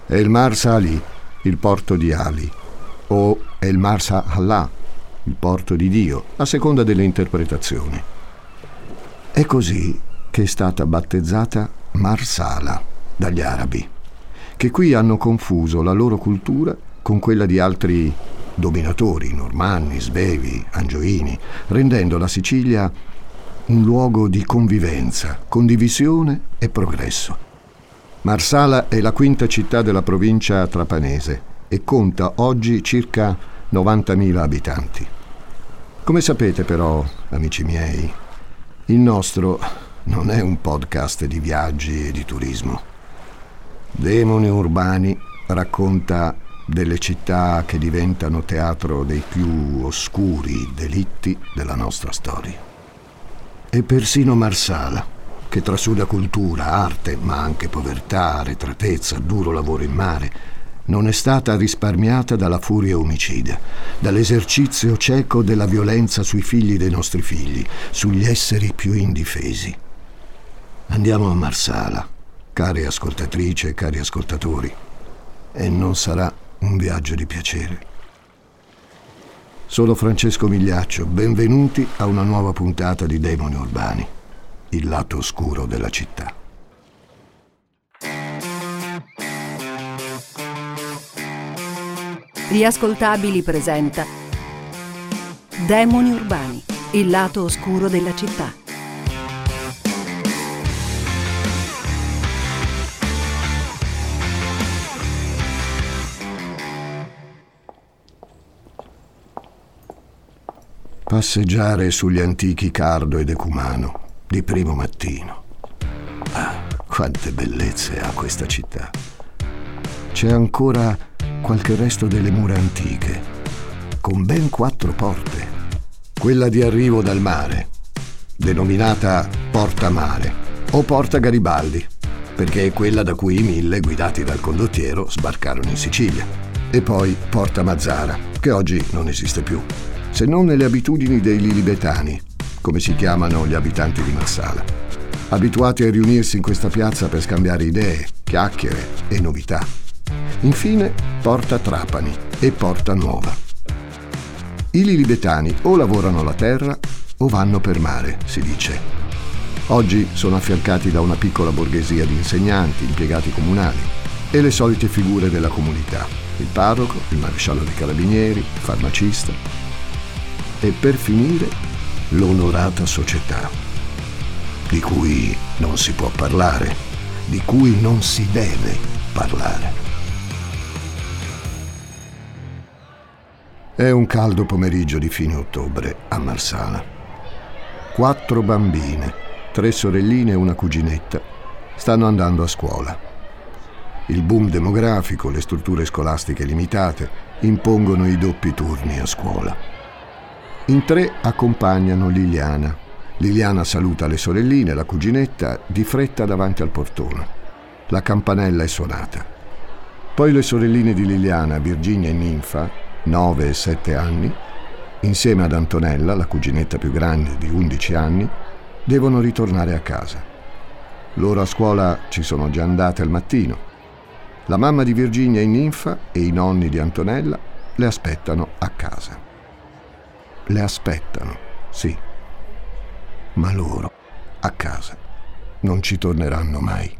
È il Marsa Ali, il porto di Ali, o è il Marsa Allah, il porto di Dio, a seconda delle interpretazioni. È così che è stata battezzata Marsala dagli arabi, che qui hanno confuso la loro cultura con quella di altri dominatori, normanni, svevi, angioini, rendendo la Sicilia un luogo di convivenza, condivisione e progresso. Marsala è la quinta città della provincia trapanese e conta oggi circa 90.000 abitanti. Come sapete però, amici miei, il nostro non è un podcast di viaggi e di turismo. Demoni Urbani racconta delle città che diventano teatro dei più oscuri delitti della nostra storia. E persino Marsala, che trasuda cultura, arte, ma anche povertà, arretratezza, duro lavoro in mare, non è stata risparmiata dalla furia omicida, dall'esercizio cieco della violenza sui figli dei nostri figli, sugli esseri più indifesi. Andiamo a Marsala, care ascoltatrici e cari ascoltatori, e non sarà un viaggio di piacere. Sono Francesco Migliaccio, benvenuti a una nuova puntata di Demoni Urbani, il lato oscuro della città. Riascoltabili presenta Demoni Urbani, il lato oscuro della città. Passeggiare sugli antichi Cardo e Decumano di primo mattino. Ah, quante bellezze ha questa città. C'è ancora qualche resto delle mura antiche, con ben 4 porte. Quella di arrivo dal mare, denominata Porta Mare o Porta Garibaldi, perché è quella da cui i 1000 guidati dal condottiero sbarcarono in Sicilia. E poi Porta Mazzara, che oggi non esiste più, se non nelle abitudini dei lilibetani, come si chiamano gli abitanti di Marsala, abituati a riunirsi in questa piazza per scambiare idee, chiacchiere e novità. Infine Porta Trapani e Porta Nuova. I lilibetani o lavorano la terra o vanno per mare, si dice. Oggi sono affiancati da una piccola borghesia di insegnanti, impiegati comunali e le solite figure della comunità, il parroco, il maresciallo dei carabinieri, il farmacista e per finire l'onorata società, di cui non si può parlare, di cui non si deve parlare. È un caldo pomeriggio di fine ottobre a Marsala. 4 bambine, 3 sorelline e una cuginetta, stanno andando a scuola. Il boom demografico, le strutture scolastiche limitate, impongono i doppi turni a scuola. In 3 accompagnano Liliana. Liliana saluta le sorelline e la cuginetta di fretta davanti al portone. La campanella è suonata. Poi le sorelline di Liliana, Virginia e Ninfa, 9 e 7 anni, insieme ad Antonella, la cuginetta più grande di 11 anni, devono ritornare a casa. Loro a scuola ci sono già andate al mattino. La mamma di Virginia e Ninfa e i nonni di Antonella le aspettano a casa. Le aspettano, sì, ma loro a casa non ci torneranno mai.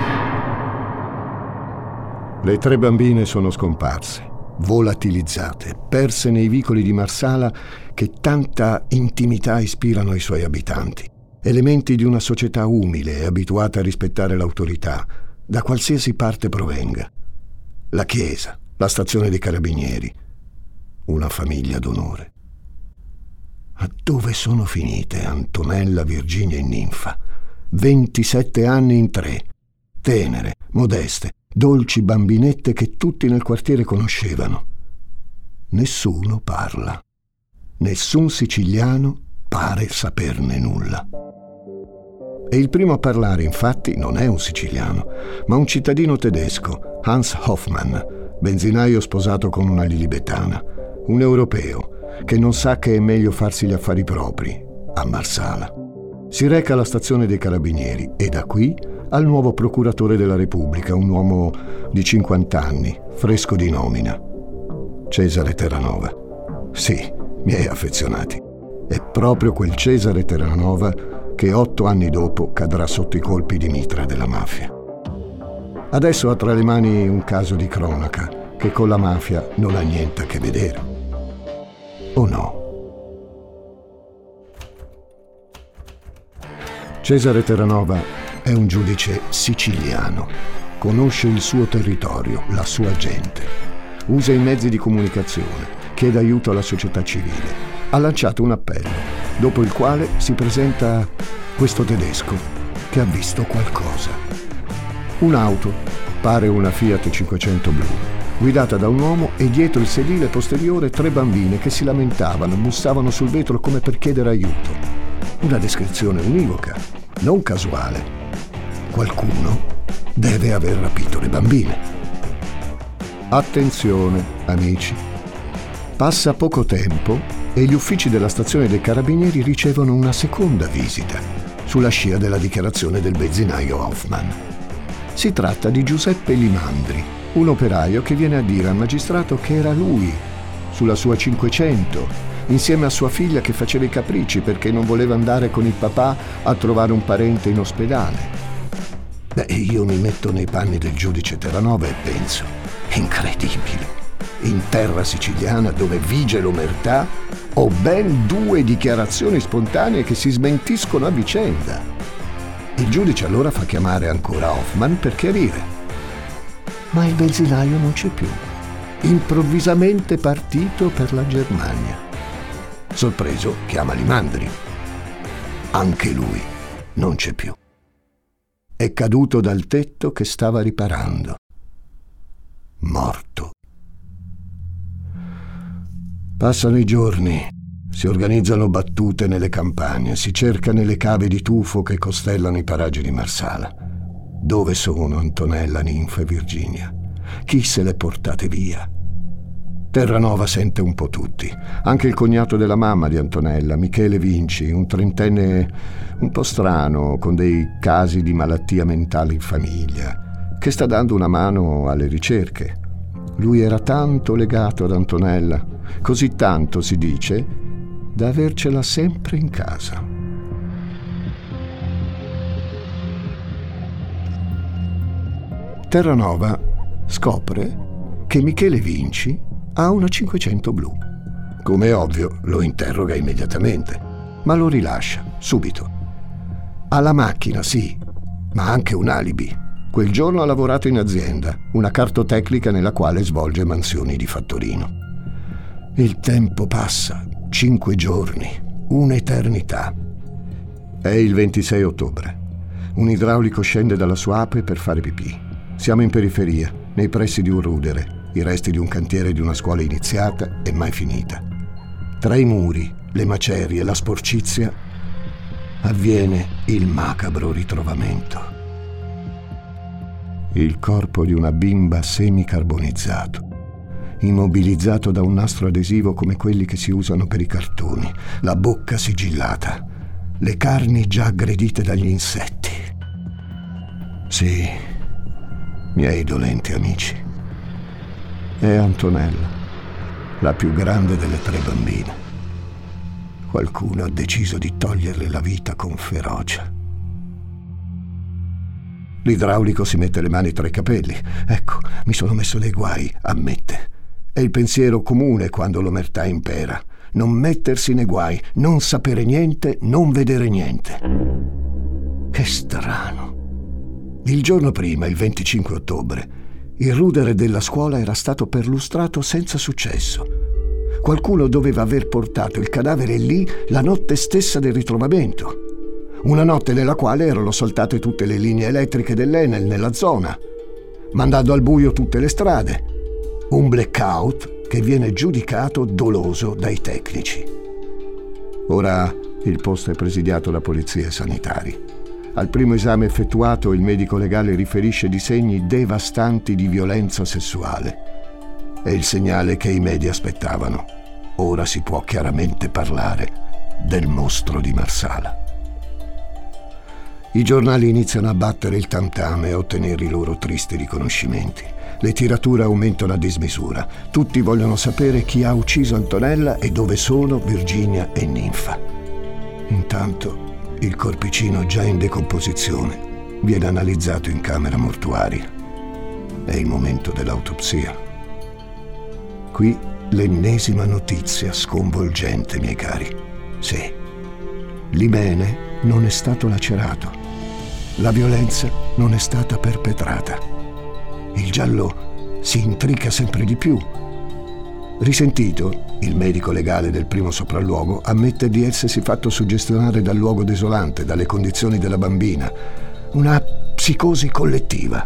Le 3 bambine sono scomparse, volatilizzate, perse nei vicoli di Marsala che tanta intimità ispirano ai suoi abitanti, elementi di una società umile e abituata a rispettare l'autorità, da qualsiasi parte provenga. La chiesa, la stazione dei carabinieri, una famiglia d'onore. Ma dove sono finite Antonella, Virginia e Ninfa? 27 anni in 3, tenere, modeste, dolci bambinette che tutti nel quartiere conoscevano. Nessuno parla. Nessun siciliano pare saperne nulla. E il primo a parlare, infatti, non è un siciliano, ma un cittadino tedesco, Hans Hoffmann, benzinaio sposato con una lilibetana, un europeo, che non sa che è meglio farsi gli affari propri a Marsala. Si reca alla stazione dei carabinieri e da qui al nuovo procuratore della Repubblica, un uomo di 50 anni, fresco di nomina. Cesare Terranova. Sì, miei affezionati. È proprio quel Cesare Terranova che 8 anni dopo cadrà sotto i colpi di mitra della mafia. Adesso ha tra le mani un caso di cronaca che con la mafia non ha niente a che vedere. O no? Cesare Terranova è un giudice siciliano. Conosce il suo territorio, la sua gente. Usa i mezzi di comunicazione, chiede aiuto alla società civile. Ha lanciato un appello, dopo il quale si presenta questo tedesco che ha visto qualcosa. Un'auto, pare una Fiat 500 blu, guidata da un uomo e dietro il sedile posteriore 3 bambine che si lamentavano, bussavano sul vetro come per chiedere aiuto. Una descrizione univoca, non casuale. Qualcuno deve aver rapito le bambine. Attenzione, amici. Passa poco tempo e gli uffici della stazione dei Carabinieri ricevono una seconda visita, sulla scia della dichiarazione del benzinaio Hoffman. Si tratta di Giuseppe Limandri, un operaio che viene a dire al magistrato che era lui, sulla sua 500, insieme a sua figlia che faceva i capricci perché non voleva andare con il papà a trovare un parente in ospedale. Io mi metto nei panni del giudice Terranova e penso, incredibile, in terra siciliana dove vige l'omertà ho ben 2 dichiarazioni spontanee che si smentiscono a vicenda. Il giudice allora fa chiamare ancora Hoffman per chiarire. Ma il benzinaio non c'è più. Improvvisamente partito per la Germania. Sorpreso, chiama Limandri. Anche lui non c'è più. È caduto dal tetto che stava riparando. Morto. Passano i giorni. Si organizzano battute nelle campagne, si cerca nelle cave di tufo che costellano i paraggi di Marsala. Dove sono Antonella, Ninfa e Virginia? Chi se le portate via? Terranova sente un po' tutti, anche il cognato della mamma di Antonella, Michele Vinci, un 30enne un po' strano, con dei casi di malattia mentale in famiglia, che sta dando una mano alle ricerche. Lui era tanto legato ad Antonella, così tanto si dice, da avercela sempre in casa. Terranova scopre che Michele Vinci ha una 500 blu. Come ovvio, lo interroga immediatamente, ma lo rilascia subito. Ha la macchina, sì, ma anche un alibi. Quel giorno ha lavorato in azienda, una cartotecnica nella quale svolge mansioni di fattorino. Il tempo passa, 5 giorni, un'eternità. È il 26 ottobre. Un idraulico scende dalla sua ape per fare pipì. Siamo in periferia, nei pressi di un rudere, i resti di un cantiere di una scuola iniziata e mai finita. Tra i muri, le macerie, la sporcizia, avviene il macabro ritrovamento. Il corpo di una bimba semicarbonizzato, immobilizzato da un nastro adesivo come quelli che si usano per i cartoni, la bocca sigillata, le carni già aggredite dagli insetti. Sì, miei dolenti amici, è Antonella, la più grande delle 3 bambine. Qualcuno ha deciso di toglierle la vita con ferocia. L'idraulico si mette le mani tra i capelli. Ecco, mi sono messo nei guai, ammette. È il pensiero comune quando l'omertà impera. Non mettersi nei guai, non sapere niente, non vedere niente. Che strano. Il giorno prima, il 25 ottobre, il rudere della scuola era stato perlustrato senza successo. Qualcuno doveva aver portato il cadavere lì la notte stessa del ritrovamento. Una notte nella quale erano saltate tutte le linee elettriche dell'Enel nella zona, mandando al buio tutte le strade. Un blackout che viene giudicato doloso dai tecnici. Ora il posto è presidiato da polizia e sanitari. Al primo esame effettuato il medico legale riferisce di segni devastanti di violenza sessuale. È il segnale che i media aspettavano. Ora si può chiaramente parlare del mostro di Marsala. I giornali iniziano a battere il tam tam e a ottenere i loro tristi riconoscimenti. Le tirature aumentano a dismisura. Tutti vogliono sapere chi ha ucciso Antonella e dove sono Virginia e Ninfa. Intanto il corpicino già in decomposizione viene analizzato in camera mortuaria. È il momento dell'autopsia. Qui l'ennesima notizia sconvolgente, miei cari. Sì, l'imene non è stato lacerato. La violenza non è stata perpetrata. Il giallo si intrica sempre di più. Risentito, il medico legale del primo sopralluogo ammette di essersi fatto suggestionare dal luogo desolante, dalle condizioni della bambina. Una psicosi collettiva.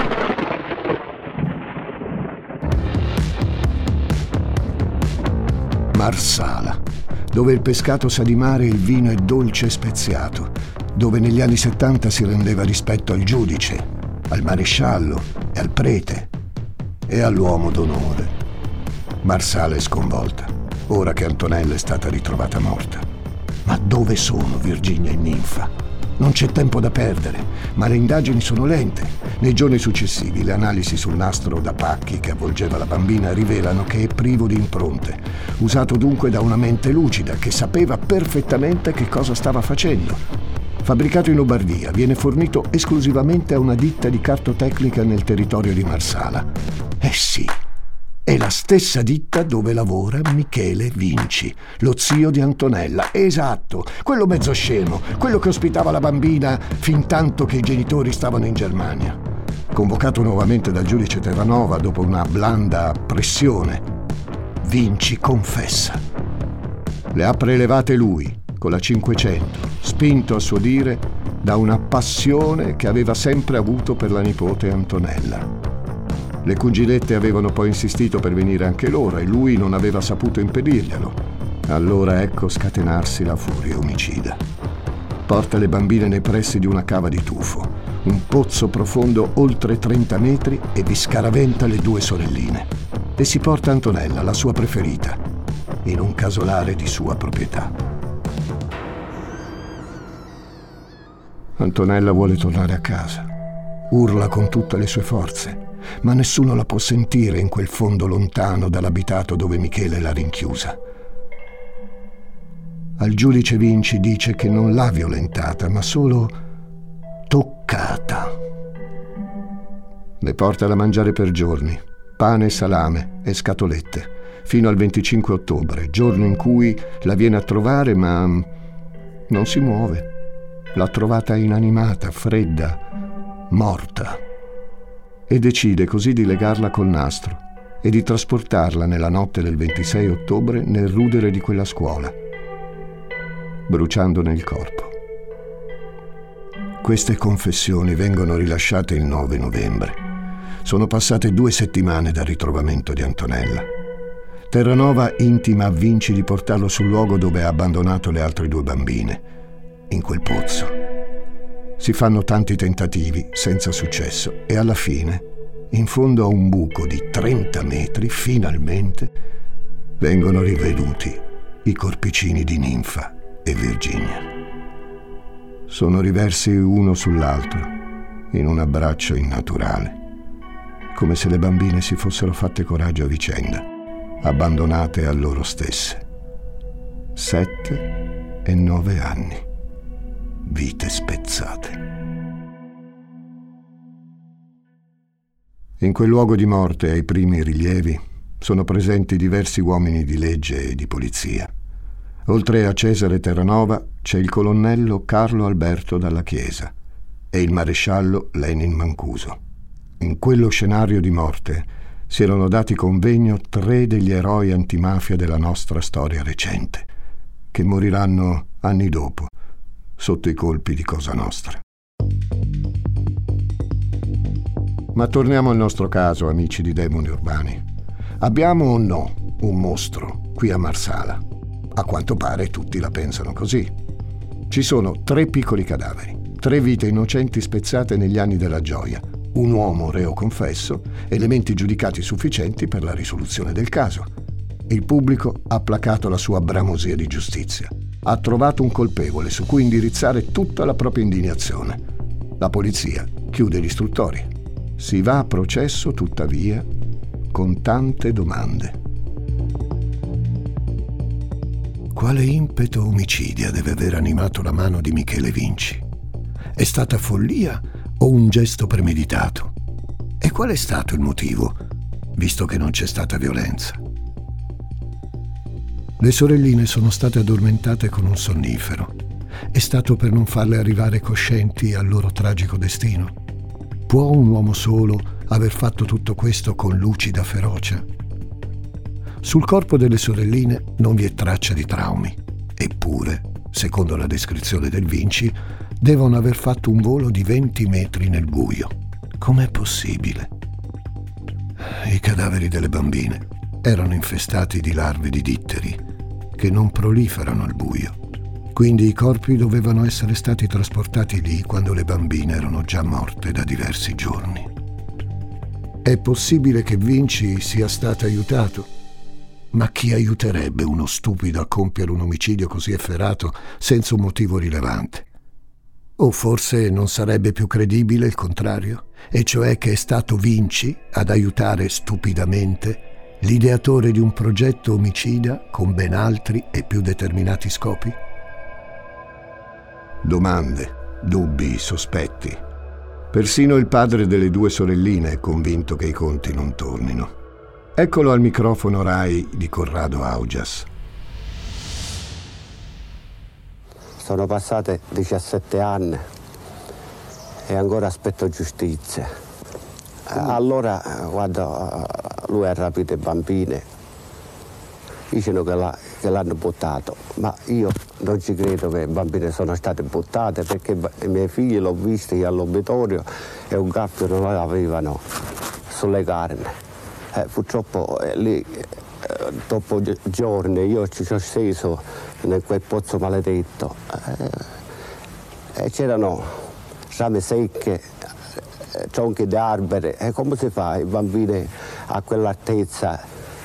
Marsala, dove il pescato sa di mare e il vino è dolce e speziato, dove negli anni 70 si rendeva rispetto al giudice, al maresciallo e al prete e all'uomo d'onore. Marsala è sconvolta, ora che Antonella è stata ritrovata morta. Ma dove sono Virginia e Ninfa? Non c'è tempo da perdere, ma le indagini sono lente. Nei giorni successivi le analisi sul nastro da pacchi che avvolgeva la bambina rivelano che è privo di impronte, usato dunque da una mente lucida che sapeva perfettamente che cosa stava facendo. Fabbricato in Lombardia, viene fornito esclusivamente a una ditta di cartotecnica nel territorio di Marsala. Sì, è la stessa ditta dove lavora Michele Vinci, lo zio di Antonella. Esatto, quello mezzo scemo, quello che ospitava la bambina fin tanto che i genitori stavano in Germania. Convocato nuovamente dal giudice Terranova dopo una blanda pressione, Vinci confessa. Le ha prelevate lui, con la 500, spinto a suo dire da una passione che aveva sempre avuto per la nipote Antonella. Le cugilette avevano poi insistito per venire anche loro e lui non aveva saputo impedirglielo. Allora ecco scatenarsi la furia omicida. Porta le bambine nei pressi di una cava di tufo, un pozzo profondo oltre 30 metri, e vi scaraventa le due sorelline. E si porta Antonella, la sua preferita, in un casolare di sua proprietà. Antonella vuole tornare a casa. Urla con tutte le sue forze, ma nessuno la può sentire in quel fondo lontano dall'abitato dove Michele l'ha rinchiusa. Al giudice Vinci dice che non l'ha violentata, ma solo toccata. Le porta da mangiare per giorni, pane e salame e scatolette, fino al 25 ottobre, giorno in cui la viene a trovare, ma non si muove. L'ha trovata inanimata, fredda, morta. E decide così di legarla col nastro e di trasportarla nella notte del 26 ottobre nel rudere di quella scuola, bruciandone il corpo. Queste confessioni vengono rilasciate il 9 novembre. Sono passate 2 settimane dal ritrovamento di Antonella. Terranova intima a Vinci di portarlo sul luogo dove ha abbandonato le altre 2 bambine, in quel pozzo. Si fanno tanti tentativi senza successo e alla fine, in fondo a un buco di 30 metri, finalmente vengono riveduti i corpicini di Ninfa e Virginia. Sono riversi uno sull'altro in un abbraccio innaturale, come se le bambine si fossero fatte coraggio a vicenda, abbandonate a loro stesse. 7 e 9 anni. Vite spezzate. In quel luogo di morte, ai primi rilievi, sono presenti diversi uomini di legge e di polizia. Oltre a Cesare Terranova c'è il colonnello Carlo Alberto Dalla Chiesa e il maresciallo Lenin Mancuso. In quello scenario di morte si erano dati convegno 3 degli eroi antimafia della nostra storia recente, che moriranno anni dopo sotto i colpi di Cosa Nostra. Ma torniamo al nostro caso, amici di Demoni Urbani. Abbiamo o no un mostro qui a Marsala? A quanto pare tutti la pensano così. Ci sono 3 piccoli cadaveri, 3 vite innocenti spezzate negli anni della gioia, un uomo reo confesso, elementi giudicati sufficienti per la risoluzione del caso. Il pubblico ha placato la sua bramosia di giustizia. ha trovato un colpevole su cui indirizzare tutta la propria indignazione. La polizia chiude l'istruttoria. Si va a processo, tuttavia, con tante domande. Quale impeto omicidia deve aver animato la mano di Michele Vinci? È stata follia o un gesto premeditato? E qual è stato il motivo, visto che non c'è stata violenza? Le sorelline sono state addormentate con un sonnifero. È stato per non farle arrivare coscienti al loro tragico destino? Può un uomo solo aver fatto tutto questo con lucida ferocia? Sul corpo delle sorelline non vi è traccia di traumi. Eppure, secondo la descrizione del Vinci, devono aver fatto un volo di 20 metri nel buio. Com'è possibile? I cadaveri delle bambine erano infestati di larve di ditteri che non proliferano al buio. Quindi i corpi dovevano essere stati trasportati lì quando le bambine erano già morte da diversi giorni. È possibile che Vinci sia stato aiutato? Ma chi aiuterebbe uno stupido a compiere un omicidio così efferato senza un motivo rilevante? O forse non sarebbe più credibile il contrario, e cioè che è stato Vinci ad aiutare stupidamente l'ideatore di un progetto omicida con ben altri e più determinati scopi? Domande, dubbi, sospetti. Persino il padre delle due sorelline è convinto che i conti non tornino. Eccolo al microfono Rai di Corrado Augias. Sono passate 17 anni e ancora aspetto giustizia. Allora, quando lui ha rapito i bambini, dicono che l'hanno buttato, ma io non ci credo che i bambini sono state buttate, perché i miei figli l'ho visti all'obitorio e un cappio non l'avevano sulle carni. Purtroppo lì, dopo giorni, io ci sono sceso in quel pozzo maledetto e c'erano rame secche, tronchi di alberi, e come si fa i bambini a quell'altezza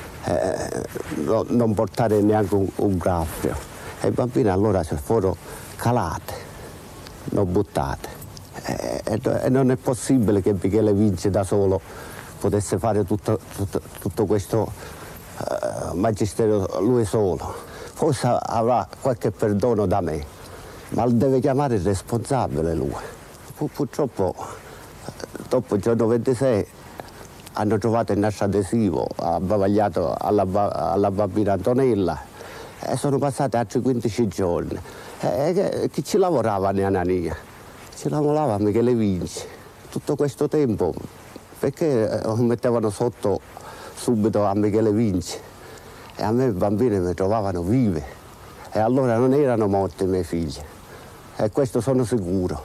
non portare neanche un graffio? E i bambini allora si furono calate, non buttate. E non è possibile che Michele Vinci da solo potesse fare tutto questo magistero lui solo. Forse avrà qualche perdono da me, ma deve chiamare il responsabile lui. Purtroppo dopo il giorno 26 hanno trovato il nastro adesivo abbavagliato alla bambina Antonella e sono passati altri 15 giorni. Chi ci lavorava a Anania? Ci lavorava Michele Vinci. Tutto questo tempo perché mettevano sotto subito a Michele Vinci? E a me i bambini mi trovavano vive e allora non erano morti i miei figli, e questo sono sicuro.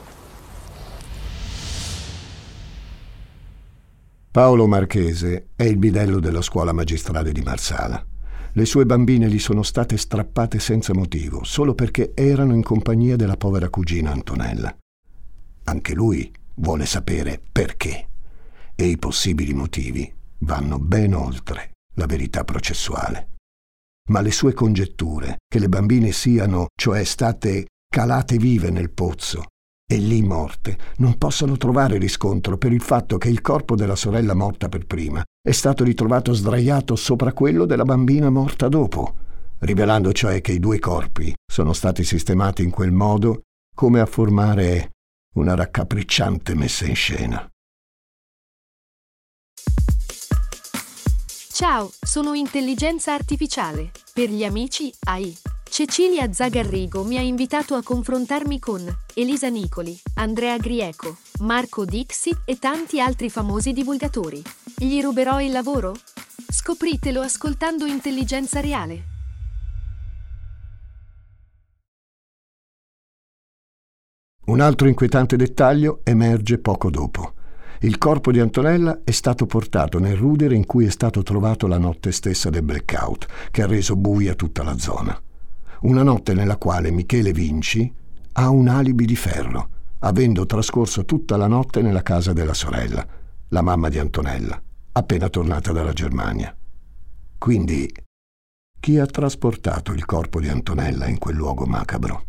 Paolo Marchese è il bidello della scuola magistrale di Marsala. Le sue bambine gli sono state strappate senza motivo, solo perché erano in compagnia della povera cugina Antonella. Anche lui vuole sapere perché, e i possibili motivi vanno ben oltre la verità processuale. Ma le sue congetture, che le bambine siano, cioè state calate vive nel pozzo e lì morte, non possono trovare riscontro per il fatto che il corpo della sorella morta per prima è stato ritrovato sdraiato sopra quello della bambina morta dopo, rivelando cioè che i due corpi sono stati sistemati in quel modo come a formare una raccapricciante messa in scena. Ciao, sono intelligenza artificiale. Per gli amici, AI. Cecilia Zagarrigo mi ha invitato a confrontarmi con Elisa Nicoli, Andrea Grieco, Marco Dixi e tanti altri famosi divulgatori. Gli ruberò il lavoro? Scopritelo ascoltando Intelligenza Reale. Un altro inquietante dettaglio emerge poco dopo. Il corpo di Antonella è stato portato nel rudere in cui è stato trovato la notte stessa del blackout, che ha reso buia tutta la zona. Una notte nella quale Michele Vinci ha un alibi di ferro, avendo trascorso tutta la notte nella casa della sorella, la mamma di Antonella, appena tornata dalla Germania. Quindi, Chi ha trasportato il corpo di Antonella in quel luogo macabro?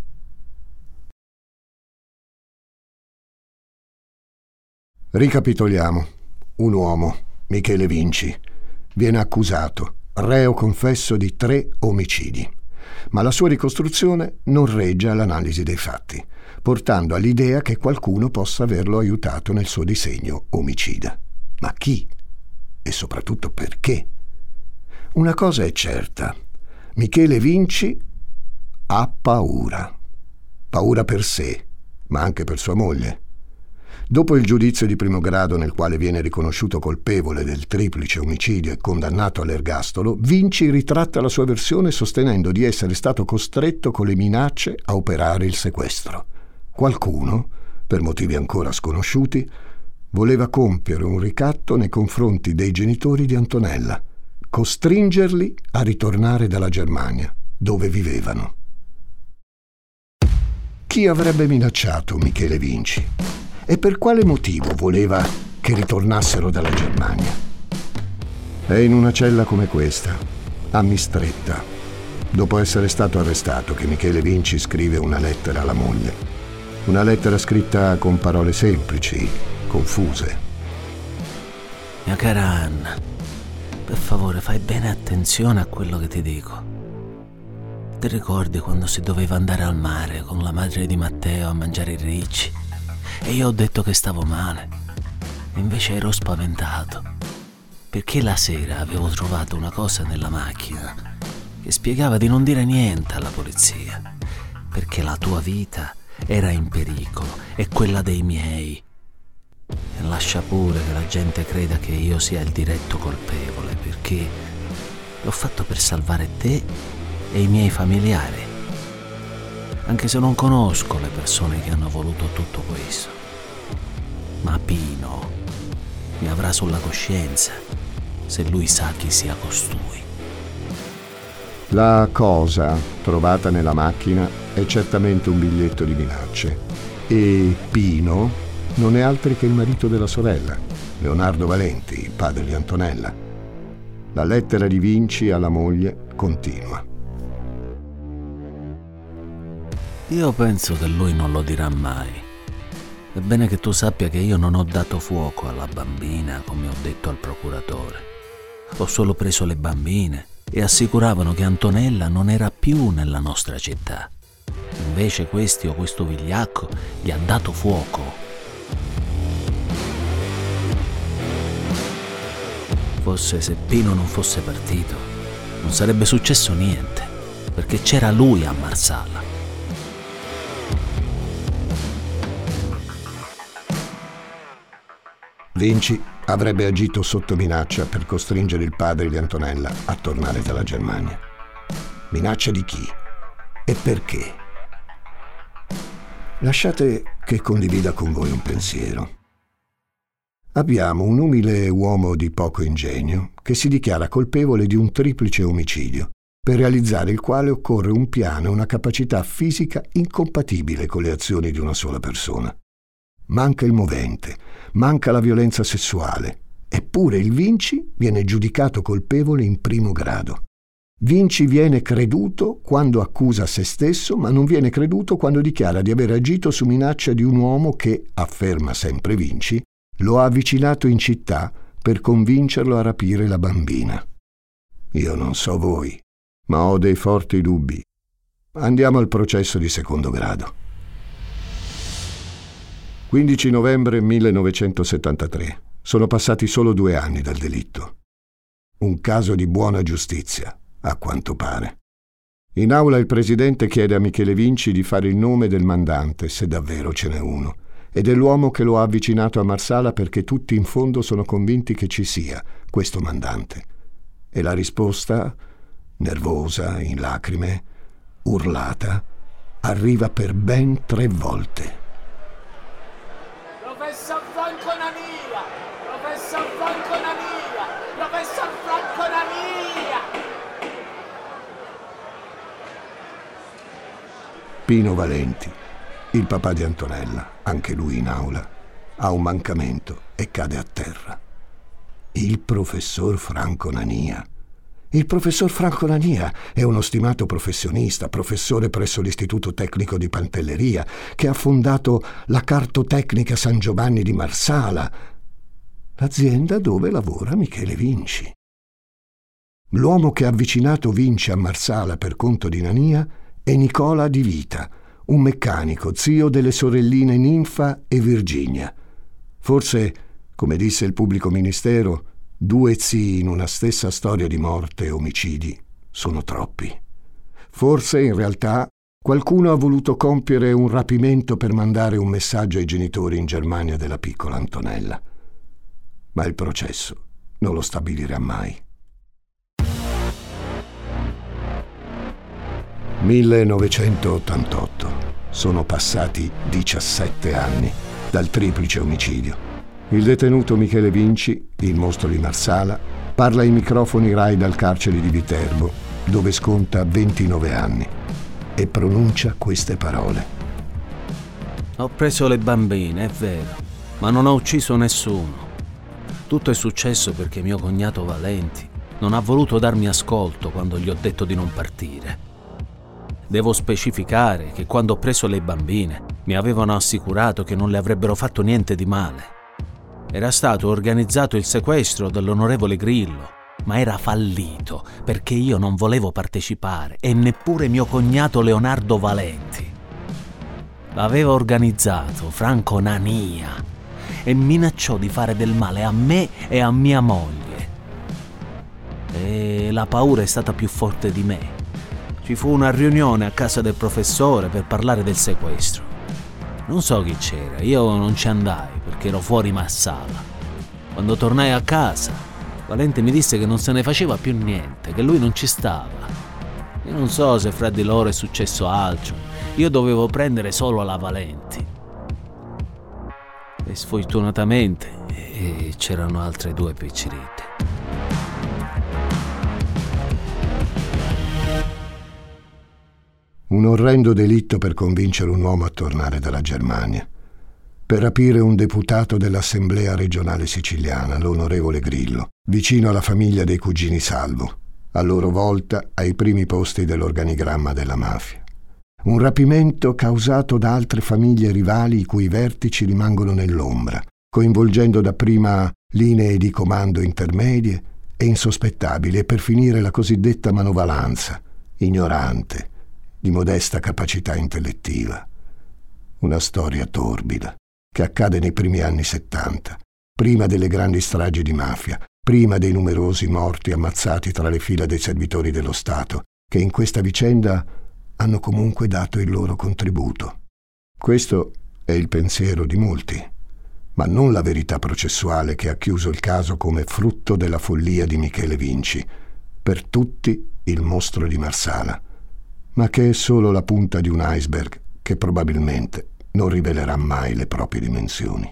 Ricapitoliamo. Un uomo, Michele Vinci, viene accusato, reo confesso di 3 omicidi. Ma la sua ricostruzione non regge all'analisi dei fatti, portando all'idea che qualcuno possa averlo aiutato nel suo disegno omicida. Ma chi? E soprattutto perché? Una cosa è certa: Michele Vinci ha paura. Paura per sé, ma anche per sua moglie. Dopo il giudizio di primo grado nel quale viene riconosciuto colpevole del triplice omicidio e condannato all'ergastolo, Vinci ritratta la sua versione sostenendo di essere stato costretto con le minacce a operare il sequestro. Qualcuno, per motivi ancora sconosciuti, voleva compiere un ricatto nei confronti dei genitori di Antonella, costringerli a ritornare dalla Germania, dove vivevano. Chi avrebbe minacciato Michele Vinci? E per quale motivo voleva che ritornassero dalla Germania? È in una cella come questa, a Mistretta, dopo essere stato arrestato, che Michele Vinci scrive una lettera alla moglie. Una lettera scritta con parole semplici, confuse. Mia cara Anna, per favore fai bene attenzione a quello che ti dico. Ti ricordi quando si doveva andare al mare con la madre di Matteo a mangiare i ricci? E io ho detto che stavo male. Invece ero spaventato, perché la sera avevo trovato una cosa nella macchina che spiegava di non dire niente alla polizia, perché la tua vita era in pericolo e quella dei miei. E lascia pure che la gente creda che io sia il diretto colpevole, perché l'ho fatto per salvare te e i miei familiari, anche se non conosco le persone che hanno voluto tutto questo. Ma Pino mi avrà sulla coscienza se lui sa chi sia costui. La cosa trovata nella macchina è certamente un biglietto di minacce, e Pino non è altri che il marito della sorella, Leonardo Valenti, il padre di Antonella. La lettera di Vinci alla moglie continua. Io penso che lui non lo dirà mai. È bene che tu sappia che io non ho dato fuoco alla bambina, come ho detto al procuratore. Ho solo preso le bambine e assicuravano che Antonella non era più nella nostra città. Invece questo vigliacco gli ha dato fuoco. Forse se Pino non fosse partito non sarebbe successo niente, perché c'era lui a Marsala. Vinci avrebbe agito sotto minaccia per costringere il padre di Antonella a tornare dalla Germania. Minaccia di chi? E perché? Lasciate che condivida con voi un pensiero. Abbiamo un umile uomo di poco ingegno che si dichiara colpevole di un triplice omicidio, per realizzare il quale occorre un piano e una capacità fisica incompatibile con le azioni di una sola persona. Manca il movente, manca la violenza sessuale, eppure il Vinci viene giudicato colpevole in primo grado. Vinci viene creduto quando accusa se stesso, ma non viene creduto quando dichiara di aver agito su minaccia di un uomo che, afferma sempre Vinci, lo ha avvicinato in città per convincerlo a rapire la bambina. Io non so voi, ma ho dei forti dubbi. Andiamo al processo di secondo grado. 15 novembre 1973. Sono passati solo 2 anni dal delitto. Un caso di buona giustizia, a quanto pare. In aula il presidente chiede a Michele Vinci di fare il nome del mandante, se davvero ce n'è uno, e dell'uomo che lo ha avvicinato a Marsala, perché tutti in fondo sono convinti che ci sia questo mandante. E la risposta, nervosa, in lacrime, urlata, arriva per ben 3 volte. Professor Franco Nania! Professor Franco Nania! Professor Franco Nania! Pino Valenti, il papà di Antonella, anche lui in aula, ha un mancamento e cade a terra. Il professor Franco Nania, Il professor Franco Nania è uno stimato professionista, professore presso l'Istituto Tecnico di Pantelleria, che ha fondato la Cartotecnica San Giovanni di Marsala, l'azienda dove lavora Michele Vinci. L'uomo che ha avvicinato Vinci a Marsala per conto di Nania è Nicola Di Vita, un meccanico, zio delle sorelline Ninfa e Virginia. Forse, come disse il pubblico ministero, 2 zii in una stessa storia di morte e omicidi sono troppi. Forse, in realtà, qualcuno ha voluto compiere un rapimento per mandare un messaggio ai genitori in Germania della piccola Antonella. Ma il processo non lo stabilirà mai. 1988. Sono passati 17 anni dal triplice omicidio. Il detenuto Michele Vinci, il mostro di Marsala, parla ai microfoni Rai dal carcere di Viterbo, dove sconta 29 anni, e pronuncia queste parole. Ho preso le bambine, è vero, ma non ho ucciso nessuno. Tutto è successo perché mio cognato Valenti non ha voluto darmi ascolto quando gli ho detto di non partire. Devo specificare che quando ho preso le bambine mi avevano assicurato che non le avrebbero fatto niente di male. Era stato organizzato il sequestro dell'onorevole Grillo, ma era fallito perché io non volevo partecipare e neppure mio cognato Leonardo Valenti. L'aveva organizzato Franco Nania e minacciò di fare del male a me e a mia moglie. E la paura è stata più forte di me. Ci fu una riunione a casa del professore per parlare del sequestro. Non so chi c'era, io non ci andai perché ero fuori Marsala. Quando tornai a casa, Valenti mi disse che non se ne faceva più niente, che lui non ci stava. Io non so se fra di loro è successo altro, io dovevo prendere solo la Valenti. E sfortunatamente c'erano altre 2 piccirite. Un orrendo delitto per convincere un uomo a tornare dalla Germania, per rapire un deputato dell'Assemblea regionale siciliana, l'onorevole Grillo, vicino alla famiglia dei cugini Salvo, a loro volta ai primi posti dell'organigramma della mafia. Un rapimento causato da altre famiglie rivali i cui vertici rimangono nell'ombra, coinvolgendo dapprima linee di comando intermedie e insospettabili e per finire la cosiddetta manovalanza, ignorante, di modesta capacità intellettiva. Una storia torbida che accade nei primi anni 70, prima delle grandi stragi di mafia, prima dei numerosi morti ammazzati tra le fila dei servitori dello Stato, che in questa vicenda hanno comunque dato il loro contributo. Questo è il pensiero di molti, ma non la verità processuale che ha chiuso il caso come frutto della follia di Michele Vinci, per tutti il mostro di Marsala, ma che è solo la punta di un iceberg che probabilmente non rivelerà mai le proprie dimensioni.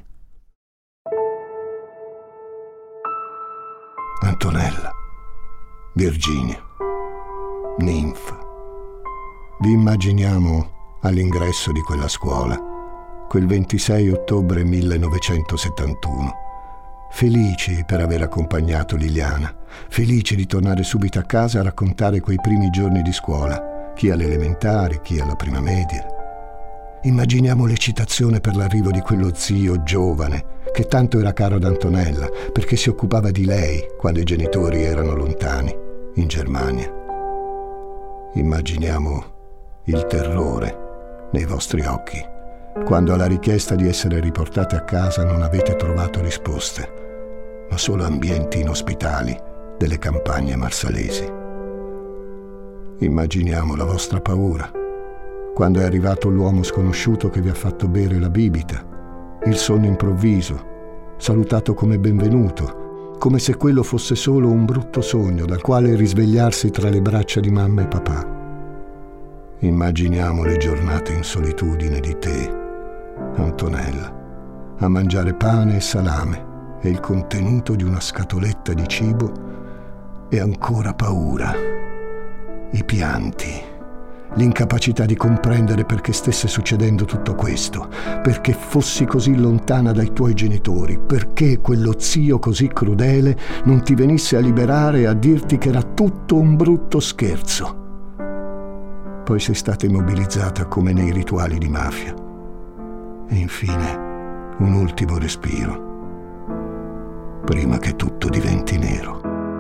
Antonella, Virginia, Ninfa. Vi immaginiamo all'ingresso di quella scuola, quel 26 ottobre 1971, felici per aver accompagnato Liliana, felici di tornare subito a casa a raccontare quei primi giorni di scuola, chi alle elementari, chi alla prima media. Immaginiamo l'eccitazione per l'arrivo di quello zio giovane che tanto era caro ad Antonella perché si occupava di lei quando i genitori erano lontani, in Germania. Immaginiamo il terrore nei vostri occhi quando alla richiesta di essere riportate a casa non avete trovato risposte, ma solo ambienti inospitali delle campagne marsalesi. Immaginiamo la vostra paura quando è arrivato l'uomo sconosciuto che vi ha fatto bere la bibita, il sonno improvviso, salutato come benvenuto, come se quello fosse solo un brutto sogno dal quale risvegliarsi tra le braccia di mamma e papà. Immaginiamo le giornate in solitudine di te, Antonella, a mangiare pane e salame e il contenuto di una scatoletta di cibo e ancora paura. I pianti, l'incapacità di comprendere perché stesse succedendo tutto questo, perché fossi così lontana dai tuoi genitori, perché quello zio così crudele non ti venisse a liberare e a dirti che era tutto un brutto scherzo. Poi sei stata immobilizzata come nei rituali di mafia. E infine un ultimo respiro, prima che tutto diventi nero.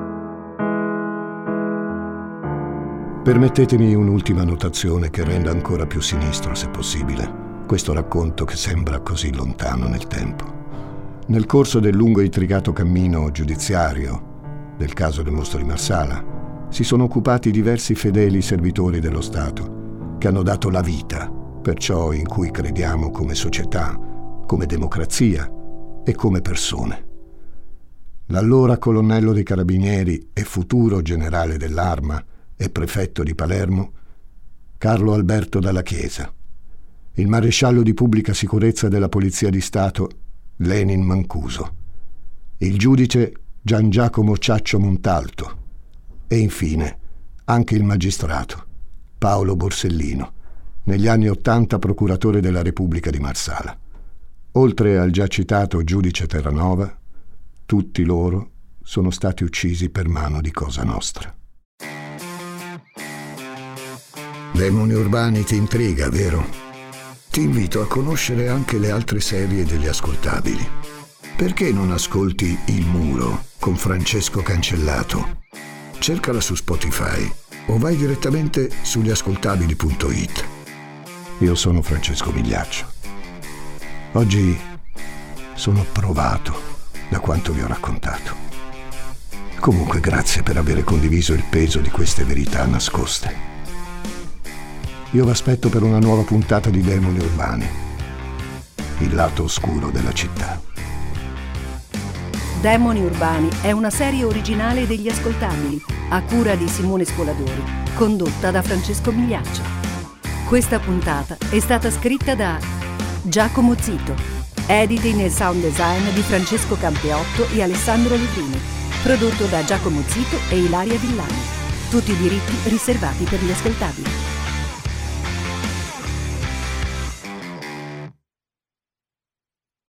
Permettetemi un'ultima notazione che renda ancora più sinistro, se possibile, questo racconto che sembra così lontano nel tempo. Nel corso del lungo e intricato cammino giudiziario del caso del mostro di Marsala, si sono occupati diversi fedeli servitori dello Stato che hanno dato la vita per ciò in cui crediamo come società, come democrazia e come persone. L'allora colonnello dei Carabinieri e futuro generale dell'Arma e prefetto di Palermo, Carlo Alberto Dalla Chiesa, il maresciallo di pubblica sicurezza della Polizia di Stato, Lenin Mancuso, il giudice Gian Giacomo Ciaccio Montalto e infine anche il magistrato Paolo Borsellino, negli anni '80 procuratore della Repubblica di Marsala. Oltre al già citato giudice Terranova, tutti loro sono stati uccisi per mano di Cosa Nostra. Demoni Urbani ti intriga, vero? Ti invito a conoscere anche le altre serie degli ascoltabili. Perché non ascolti Il Muro con Francesco Cancellato? Cercala su Spotify o vai direttamente sugliascoltabili.it. Io sono Francesco Migliaccio. Oggi sono provato da quanto vi ho raccontato. Comunque grazie per aver condiviso il peso di queste verità nascoste. Io vi aspetto per una nuova puntata di Demoni Urbani, il lato oscuro della città. Demoni Urbani è una serie originale degli Ascoltabili, a cura di Simone Spoladori, condotta da Francesco Migliaccio. Questa puntata è stata scritta da Giacomo Zito, editing e sound design di Francesco Campeotto e Alessandro Levrini, prodotto da Giacomo Zito e Ilaria Villani. Tutti i diritti riservati per gli Ascoltabili.